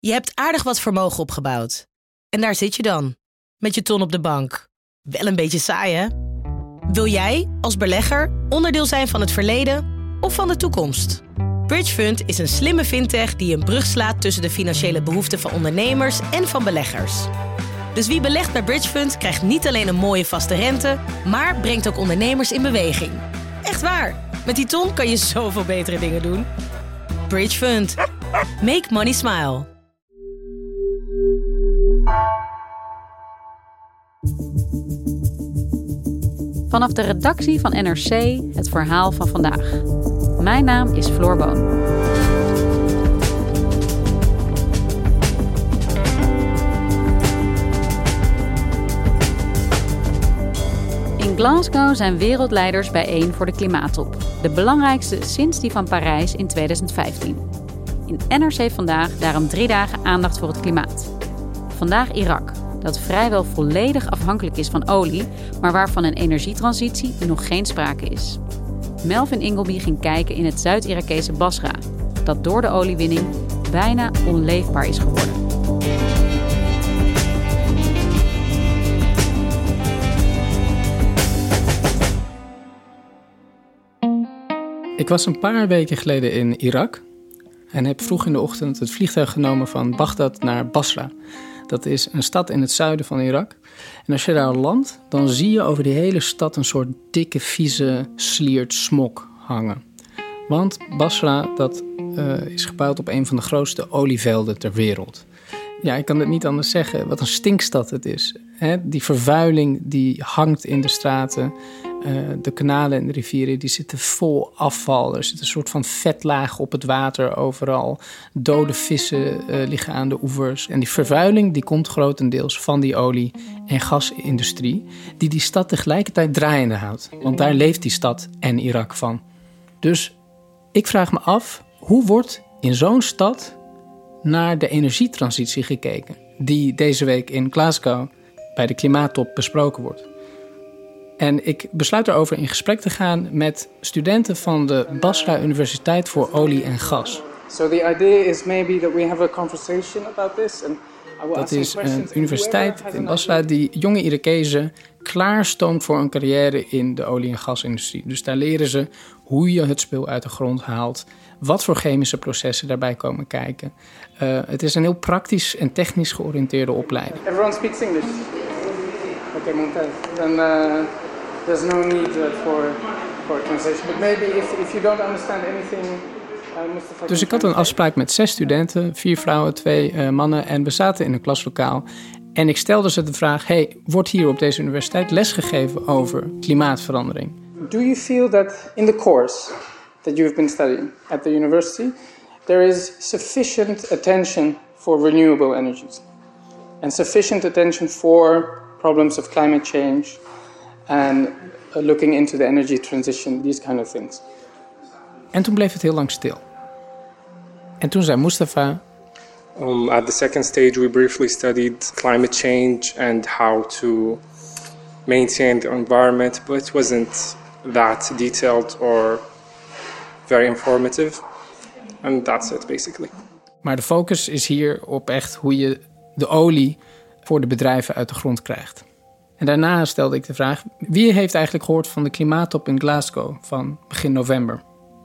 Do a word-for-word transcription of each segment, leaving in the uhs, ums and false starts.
Je hebt aardig wat vermogen opgebouwd. En daar zit je dan, met je ton op de bank. Wel een beetje saai, hè? Wil jij, als belegger, onderdeel zijn van het verleden of van de toekomst? Bridgefund is een slimme fintech die een brug slaat tussen de financiële behoeften van ondernemers en van beleggers. Dus wie belegt bij Bridgefund krijgt niet alleen een mooie vaste rente, maar brengt ook ondernemers in beweging. Echt waar, met die ton kan je zoveel betere dingen doen. Bridgefund. Make money smile. Vanaf de redactie van N R C het verhaal van vandaag. Mijn naam is Floor Boon. In Glasgow zijn wereldleiders bijeen voor de klimaattop. De belangrijkste sinds die van Parijs in tweeduizend vijftien. In N R C vandaag daarom drie dagen aandacht voor het klimaat. Vandaag Irak, dat vrijwel volledig afhankelijk is van olie, maar waarvan een energietransitie nog geen sprake is. Melvin Ingleby ging kijken in het Zuid-Irakese Basra, dat door de oliewinning bijna onleefbaar is geworden. Ik was een paar weken geleden in Irak en heb vroeg in de ochtend het vliegtuig genomen van Bagdad naar Basra. Dat is een stad in het zuiden van Irak. En als je daar landt, dan zie je over die hele stad een soort dikke, vieze, sliert smok hangen. Want Basra, dat uh, is gebouwd op een van de grootste olievelden ter wereld. Ja, ik kan het niet anders zeggen. Wat een stinkstad het is. Hè? Die vervuiling die hangt in de straten. Uh, de kanalen en de rivieren die zitten vol afval. Er zit een soort van vetlaag op het water overal. Dode vissen uh, liggen aan de oevers. En die vervuiling die komt grotendeels van die olie- en gasindustrie, die die stad tegelijkertijd draaiende houdt. Want daar leeft die stad en Irak van. Dus ik vraag me af, hoe wordt in zo'n stad naar de energietransitie gekeken, die deze week in Glasgow bij de klimaattop besproken wordt? En ik besluit erover in gesprek te gaan met studenten van de Basra Universiteit voor Olie en Gas. So the idea is maybe that we have a conversation about this and Dat is een universiteit in Basra die jonge Irakezen klaarstoomt voor een carrière in de olie- en gasindustrie. Dus daar leren ze hoe je het spul uit de grond haalt, wat voor chemische processen daarbij komen kijken. Uh, het is een heel praktisch en technisch georiënteerde opleiding. Everyone speaks English. Okay, Mumtaz. Then uh, there's no need uh, for for translation. But maybe if if you don't understand anything. Dus ik had een afspraak met zes studenten, vier vrouwen, twee uh, mannen. En we zaten in een klaslokaal. En ik stelde ze de vraag, hey, wordt hier op deze universiteit lesgegeven over klimaatverandering? Do you feel that in the course that you've been studying at the university, there is sufficient attention for renewable energies? And sufficient attention for problems of climate change and uh, looking into the energy transition, these kind of things? En toen bleef het heel lang stil. En toen zei Mustafa... Um, at the second stage we briefly studied climate change and how to maintain the environment, but it wasn't that detailed or very informative. And that's it basically. Maar de focus is hier op echt hoe je de olie voor de bedrijven uit de grond krijgt. En daarna stelde ik de vraag, wie heeft eigenlijk gehoord van de klimaattop in Glasgow van begin november?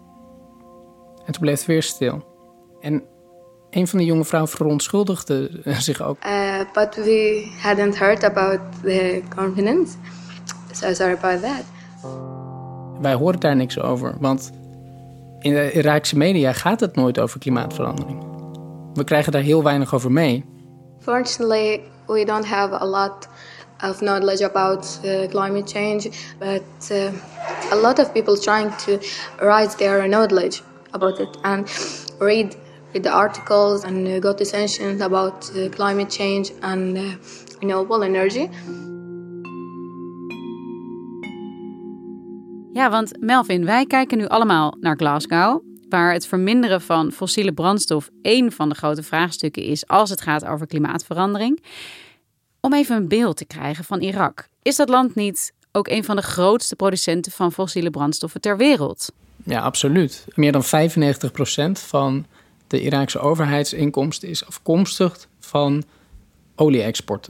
En toen bleef het weer stil. En een van de jonge vrouwen verontschuldigde zich ook. Uh, but we hadn't heard about the conference. So sorry about that. Wij horen daar niks over, want in de Iraakse media gaat het nooit over klimaatverandering. We krijgen daar heel weinig over mee. Fortunately, we don't have a lot of knowledge about uh, climate change, but uh, a lot of people trying to raise their knowledge about it and read, read the articles and uh, go to sessions about uh, climate change and uh, renewable energy. Ja, want Melvin, wij kijken nu allemaal naar Glasgow, waar het verminderen van fossiele brandstof één van de grote vraagstukken is als het gaat over klimaatverandering. Om even een beeld te krijgen van Irak. Is dat land niet ook een van de grootste producenten van fossiele brandstoffen ter wereld? Ja, absoluut. Meer dan vijfennegentig procent van de Iraakse overheidsinkomsten is afkomstig van olie-exporten.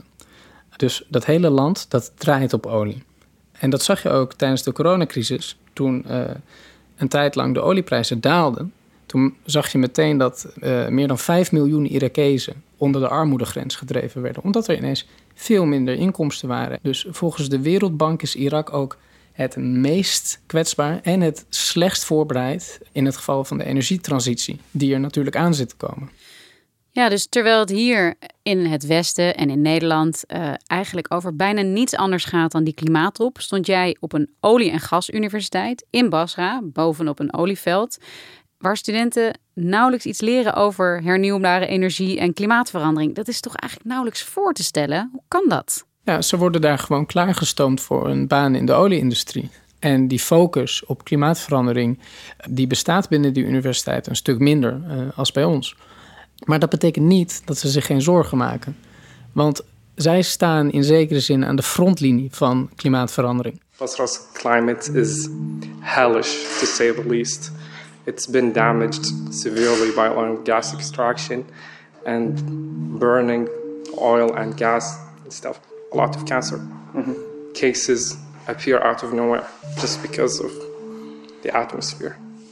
Dus dat hele land, dat draait op olie. En dat zag je ook tijdens de coronacrisis, toen uh, een tijd lang de olieprijzen daalden. Toen zag je meteen dat uh, meer dan vijf miljoen Irakezen onder de armoedegrens gedreven werden, omdat er ineens veel minder inkomsten waren. Dus volgens de Wereldbank is Irak ook het meest kwetsbaar en het slechtst voorbereid in het geval van de energietransitie, die er natuurlijk aan zit te komen. Ja, dus terwijl het hier in het Westen en in Nederland uh, eigenlijk over bijna niets anders gaat dan die klimaattop, stond jij op een olie- en gasuniversiteit in Basra, bovenop een olieveld, waar studenten nauwelijks iets leren over hernieuwbare energie en klimaatverandering. Dat is toch eigenlijk nauwelijks voor te stellen? Hoe kan dat? Ja, ze worden daar gewoon klaargestoomd voor een baan in de olieindustrie. En die focus op klimaatverandering, die bestaat binnen die universiteit een stuk minder uh, als bij ons. Maar dat betekent niet dat ze zich geen zorgen maken. Want zij staan in zekere zin aan de frontlinie van klimaatverandering. Basra's climate is hellish, to say the least. It's been damaged severely by oil and gas extraction and burning oil and gas and stuff. A lot of cancer mm-hmm. cases appear out of nowhere just because of the atmosphere.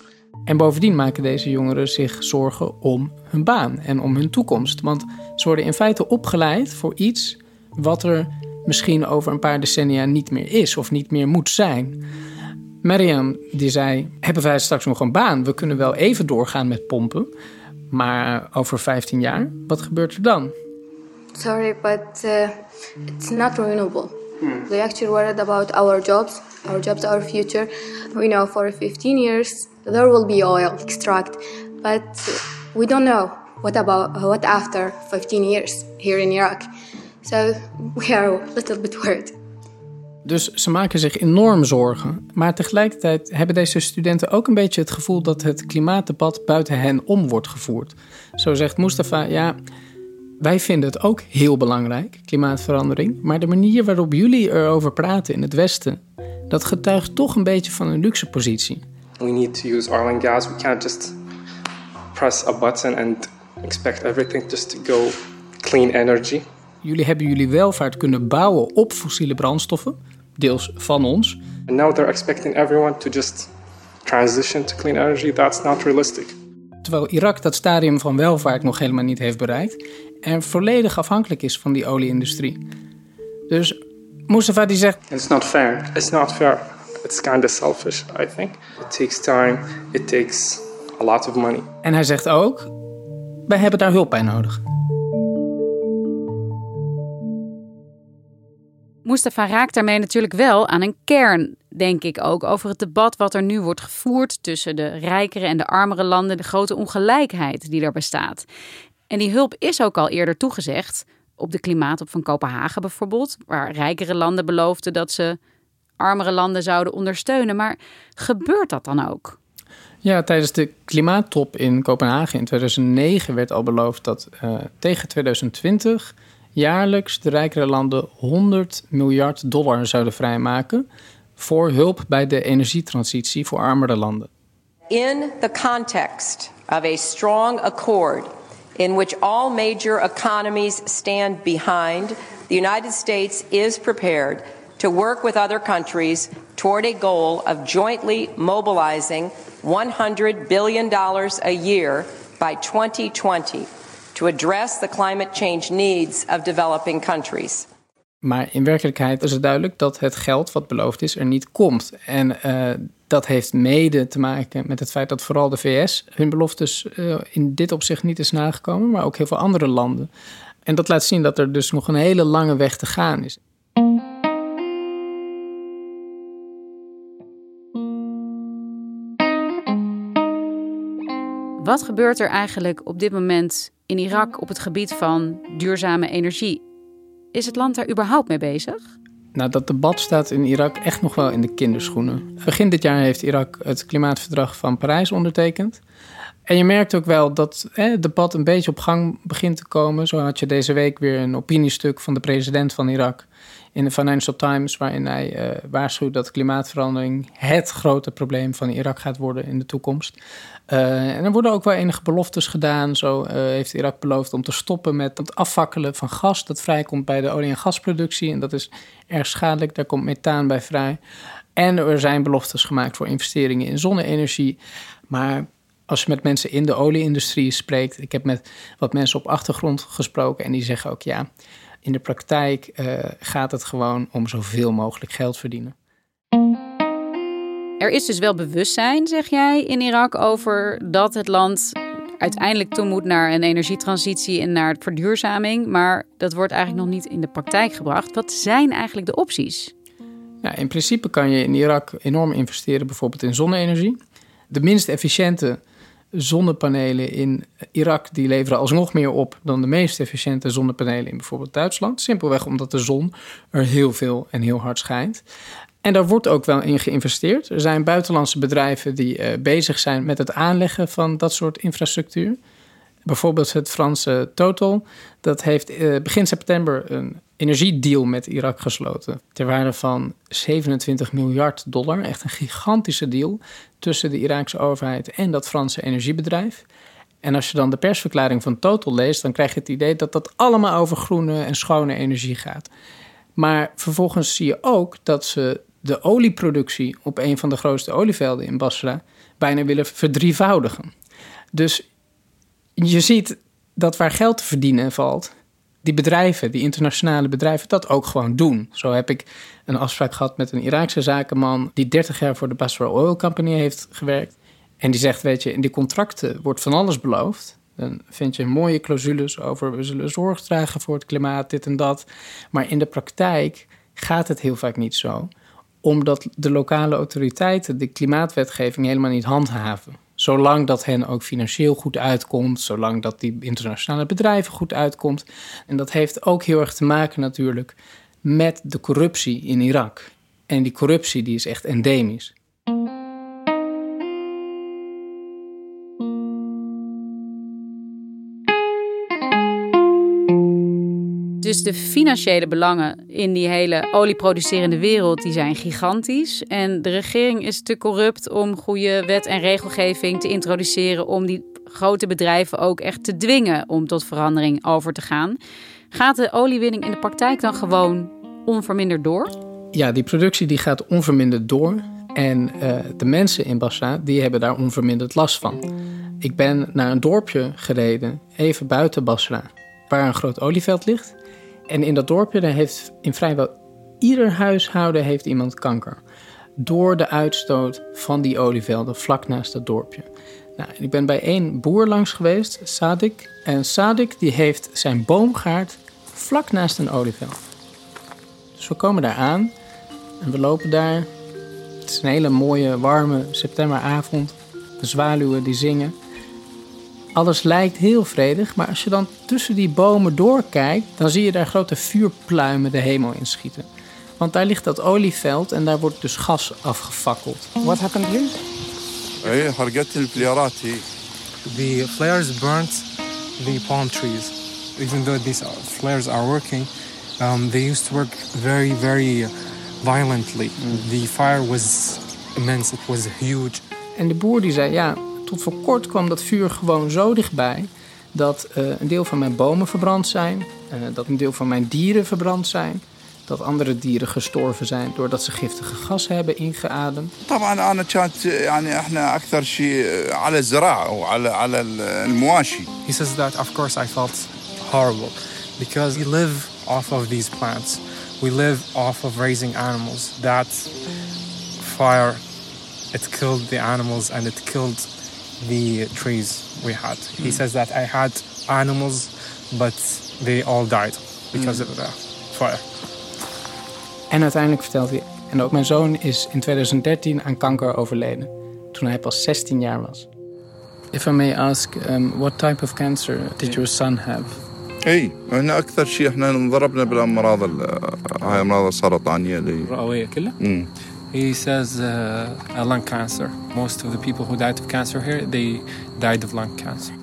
En bovendien maken deze jongeren zich zorgen om hun baan en om hun toekomst. Want ze worden in feite opgeleid voor iets wat er misschien over een paar decennia niet meer is of niet meer moet zijn. Mariam die zei, hebben wij straks nog een baan? We kunnen wel even doorgaan met pompen, maar over vijftien jaar, wat gebeurt er dan? Sorry, but uh, it's not renewable. Hmm. We actually worried about our jobs, our jobs, our future. We know for fifteen years there will be oil extract, but we don't know what about what after fifteen years here in Iraq. So we are a little bit worried. Dus ze maken zich enorm zorgen. Maar tegelijkertijd hebben deze studenten ook een beetje het gevoel dat het klimaatdebat buiten hen om wordt gevoerd. Zo zegt Mustafa, ja, wij vinden het ook heel belangrijk, klimaatverandering. Maar de manier waarop jullie erover praten in het Westen, dat getuigt toch een beetje van een luxe positie. We need to use oil and gas. We can't just press a button and expect everything just to go clean energy. Jullie hebben jullie welvaart kunnen bouwen op fossiele brandstoffen, deels van ons. And now they're expecting everyone to just transition to clean energy. That's not realistic. Terwijl Irak dat stadium van welvaart nog helemaal niet heeft bereikt en volledig afhankelijk is van die olieindustrie. Dus Mustafa die zegt, it's not fair. It's not fair. It's kind of selfish, I think. It takes time. It takes a lot of money. En hij zegt ook, wij hebben daar hulp bij nodig. Mustafa raakt daarmee natuurlijk wel aan een kern, denk ik ook, over het debat wat er nu wordt gevoerd tussen de rijkere en de armere landen, de grote ongelijkheid die er bestaat. En die hulp is ook al eerder toegezegd, op de klimaattop van Kopenhagen bijvoorbeeld, waar rijkere landen beloofden dat ze armere landen zouden ondersteunen. Maar gebeurt dat dan ook? Ja, tijdens de klimaattop in Kopenhagen in tweeduizend negen werd al beloofd dat uh, tegen tweeduizend twintig jaarlijks de rijkere landen honderd miljard dollar zouden vrijmaken voor hulp bij de energietransitie voor armere landen. In the context of a strong accord in which all major economies stand behind, the United States is prepared to work with other countries toward a goal of jointly mobilizing one hundred billion dollars a year by twenty twenty to address the climate change needs of developing countries. Maar in werkelijkheid is het duidelijk dat het geld wat beloofd is er niet komt. En uh, dat heeft mede te maken met het feit dat vooral de V S hun beloftes uh, in dit opzicht niet is nagekomen, maar ook heel veel andere landen. En dat laat zien dat er dus nog een hele lange weg te gaan is. Wat gebeurt er eigenlijk op dit moment in Irak op het gebied van duurzame energie? Is het land daar überhaupt mee bezig? Nou, dat debat staat in Irak echt nog wel in de kinderschoenen. Begin dit jaar heeft Irak het klimaatverdrag van Parijs ondertekend. En je merkt ook wel dat hè, het debat een beetje op gang begint te komen. Zo had je deze week weer een opiniestuk van de president van Irak in de Financial Times, waarin hij uh, waarschuwt dat klimaatverandering het grote probleem van Irak gaat worden in de toekomst. Uh, en er worden ook wel enige beloftes gedaan. Zo uh, heeft Irak beloofd om te stoppen met het afvakkelen van gas dat vrijkomt bij de olie- en gasproductie. En dat is erg schadelijk, daar komt methaan bij vrij. En er zijn beloftes gemaakt voor investeringen in zonne-energie. Maar als je met mensen in de olieindustrie spreekt, ik heb met wat mensen op achtergrond gesproken en die zeggen ook ja, in de praktijk uh, gaat het gewoon om zoveel mogelijk geld verdienen. Er is dus wel bewustzijn, zeg jij, in Irak over dat het land uiteindelijk toe moet naar een energietransitie en naar verduurzaming. Maar dat wordt eigenlijk nog niet in de praktijk gebracht. Wat zijn eigenlijk de opties? Ja, in principe kan je in Irak enorm investeren, bijvoorbeeld in zonne-energie. De minst efficiënte zonnepanelen in Irak die leveren alsnog meer op dan de meest efficiënte zonnepanelen in bijvoorbeeld Duitsland. Simpelweg omdat de zon er heel veel en heel hard schijnt. En daar wordt ook wel in geïnvesteerd. Er zijn buitenlandse bedrijven die uh, bezig zijn met het aanleggen van dat soort infrastructuur. Bijvoorbeeld het Franse Total. Dat heeft uh, begin september een energiedeal met Irak gesloten. Ter waarde van zevenentwintig miljard dollar. Echt een gigantische deal tussen de Iraakse overheid en dat Franse energiebedrijf. En als je dan de persverklaring van Total leest, dan krijg je het idee dat dat allemaal over groene en schone energie gaat. Maar vervolgens zie je ook dat ze de olieproductie op een van de grootste olievelden in Basra bijna willen verdrievoudigen. Dus je ziet dat waar geld te verdienen valt, die bedrijven, die internationale bedrijven, dat ook gewoon doen. Zo heb ik een afspraak gehad met een Iraakse zakenman die dertig jaar voor de Basra Oil Company heeft gewerkt. En die zegt, weet je, in die contracten wordt van alles beloofd. Dan vind je mooie clausules over, we zullen zorg dragen voor het klimaat, dit en dat. Maar in de praktijk gaat het heel vaak niet zo, omdat de lokale autoriteiten de klimaatwetgeving helemaal niet handhaven. Zolang dat hen ook financieel goed uitkomt, zolang dat die internationale bedrijven goed uitkomt. En dat heeft ook heel erg te maken natuurlijk met de corruptie in Irak. En die corruptie die is echt endemisch. Dus de financiële belangen in die hele olieproducerende wereld, die zijn gigantisch. En de regering is te corrupt om goede wet en regelgeving te introduceren om die grote bedrijven ook echt te dwingen om tot verandering over te gaan. Gaat de oliewinning in de praktijk dan gewoon onverminderd door? Ja, die productie die gaat onverminderd door. En uh, de mensen in Basra, die hebben daar onverminderd last van. Ik ben naar een dorpje gereden, even buiten Basra, waar een groot olieveld ligt. En in dat dorpje daar heeft in vrijwel ieder huishouden heeft iemand kanker. Door de uitstoot van die olievelden vlak naast dat dorpje. Nou, ik ben bij één boer langs geweest, Sadik. En Sadik die heeft zijn boomgaard vlak naast een olieveld. Dus we komen daar aan en we lopen daar. Het is een hele mooie, warme septemberavond. De zwaluwen die zingen. Alles lijkt heel vredig, maar als je dan tussen die bomen doorkijkt, dan zie je daar grote vuurpluimen de hemel inschieten. Want daar ligt dat olieveld en daar wordt dus gas afgefakkeld. What happened here? The flares burnt the palm trees. Even though these flares are working, um, they used to work very, very violently. Mm. The fire was immense, it was huge. En de boer die zei, ja, tot voor kort kwam dat vuur gewoon zo dichtbij dat uh, een deel van mijn bomen verbrand zijn, uh, dat een deel van mijn dieren verbrand zijn, dat andere dieren gestorven zijn doordat ze giftige gas hebben ingeademd. طبعا أنا كانت يعني إحنا أكثر شيء على الزراعة وعلى على المواشي. He says that of course I felt horrible because we live off of these plants. We live off of raising animals. That fire, it killed the animals and it killed the trees we had. He says that I had animals, but they all died because mm. of the fire. En uiteindelijk vertelt hij, en ook mijn zoon is in twintig dertien aan kanker overleden, toen hij pas zestien jaar was. If I may ask, um, what type of cancer did your son have? اي احنا اكثر شيء احنا انضربنا بالامراض هاي امراض السرطانيه اللي الرئويه كلها؟ امم He says uh, a lung cancer. Most of the people who died of cancer here, they died of lung cancer.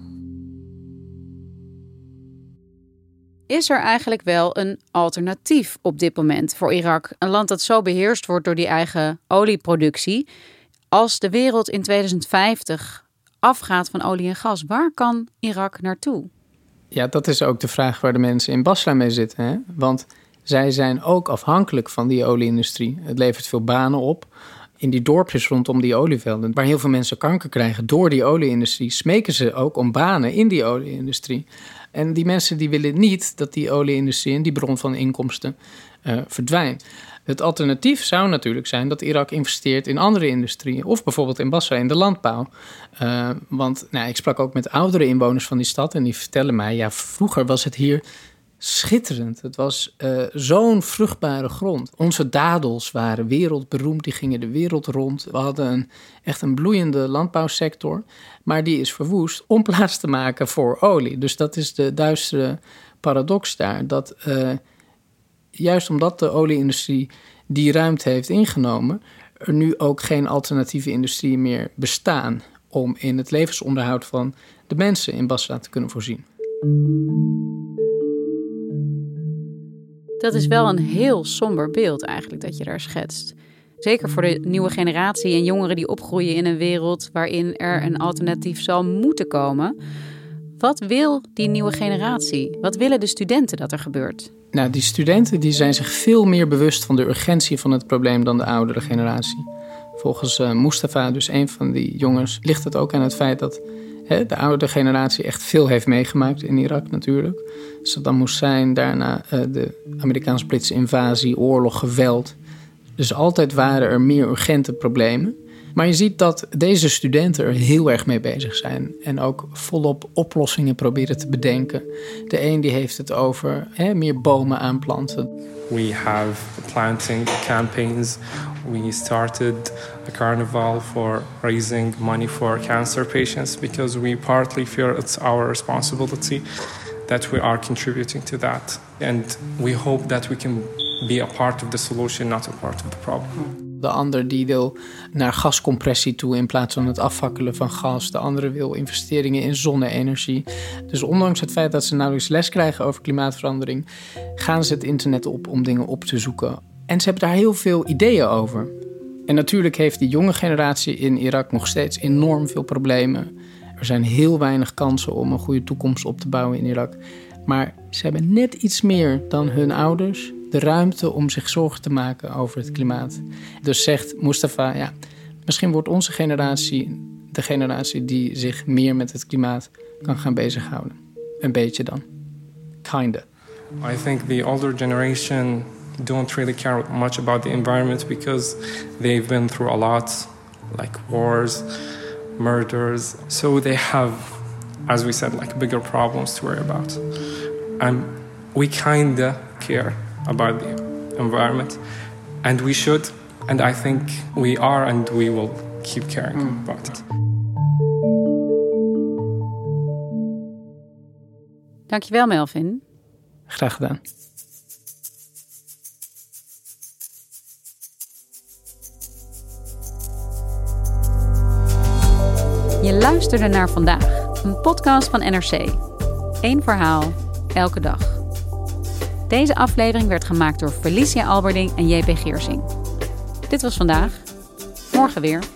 Is er eigenlijk wel een alternatief op dit moment voor Irak? Een land dat zo beheerst wordt door die eigen olieproductie. Als de wereld in tweeduizend vijftig afgaat van olie en gas, waar kan Irak naartoe? Ja, dat is ook de vraag waar de mensen in Basra mee zitten. Hè? Want zij zijn ook afhankelijk van die olieindustrie. Het levert veel banen op. In die dorpjes rondom die olievelden, waar heel veel mensen kanker krijgen door die olieindustrie, smeken ze ook om banen in die olieindustrie. En die mensen die willen niet dat die olieindustrie en die bron van inkomsten uh, verdwijnt. Het alternatief zou natuurlijk zijn dat Irak investeert in andere industrieën. Of bijvoorbeeld in Basra, in de landbouw. Uh, want nou, ik sprak ook met oudere inwoners van die stad en die vertellen mij, ja, vroeger was het hier schitterend. Het was uh, zo'n vruchtbare grond. Onze dadels waren wereldberoemd, die gingen de wereld rond. We hadden een, echt een bloeiende landbouwsector, maar die is verwoest om plaats te maken voor olie. Dus dat is de duistere paradox daar, dat uh, juist omdat de olieindustrie die ruimte heeft ingenomen, er nu ook geen alternatieve industrieën meer bestaan om in het levensonderhoud van de mensen in Basra te kunnen voorzien. Dat is wel een heel somber beeld eigenlijk dat je daar schetst. Zeker voor de nieuwe generatie en jongeren die opgroeien in een wereld waarin er een alternatief zal moeten komen. Wat wil die nieuwe generatie? Wat willen de studenten dat er gebeurt? Nou, die studenten die zijn zich veel meer bewust van de urgentie van het probleem dan de oudere generatie. Volgens uh, Mustafa, dus een van die jongens, ligt het ook aan het feit dat hè, de oude generatie echt veel heeft meegemaakt in Irak natuurlijk. Saddam Hussein, daarna uh, de Amerikaans-Britse invasie, oorlog, geweld. Dus altijd waren er meer urgente problemen. Maar je ziet dat deze studenten er heel erg mee bezig zijn. En ook volop oplossingen proberen te bedenken. De een die heeft het over hè, meer bomen aanplanten. We have planting campaigns. We started a carnival for raising money for cancer patients because we partly feel it's our responsibility that we are contributing to that. And we hope that we can be a part of the solution, not a part of the problem. De ander die wil naar gascompressie toe in plaats van het afvakkelen van gas. De andere wil investeringen in zonne-energie. Dus ondanks het feit dat ze nauwelijks les krijgen over klimaatverandering, gaan ze het internet op om dingen op te zoeken. En ze hebben daar heel veel ideeën over. En natuurlijk heeft die jonge generatie in Irak nog steeds enorm veel problemen. Er zijn heel weinig kansen om een goede toekomst op te bouwen in Irak. Maar ze hebben net iets meer dan hun ouders de ruimte om zich zorgen te maken over het klimaat. Dus zegt Mustafa, ja, misschien wordt onze generatie de generatie die zich meer met het klimaat kan gaan bezighouden. Een beetje dan. Kinda. I think the older generation don't really care much about the environment because they've been through a lot, like wars, murders. So they have, as we said, like bigger problems to worry about. And we kinda care about the environment, and we should, and I think we are, and we will keep caring mm. about it. Dankjewel, Melvin. Graag gedaan. Je luisterde naar Vandaag, een podcast van N R C. Eén verhaal, elke dag. Deze aflevering werd gemaakt door Felicia Alberding en J P Geersing. Dit was Vandaag. Morgen weer.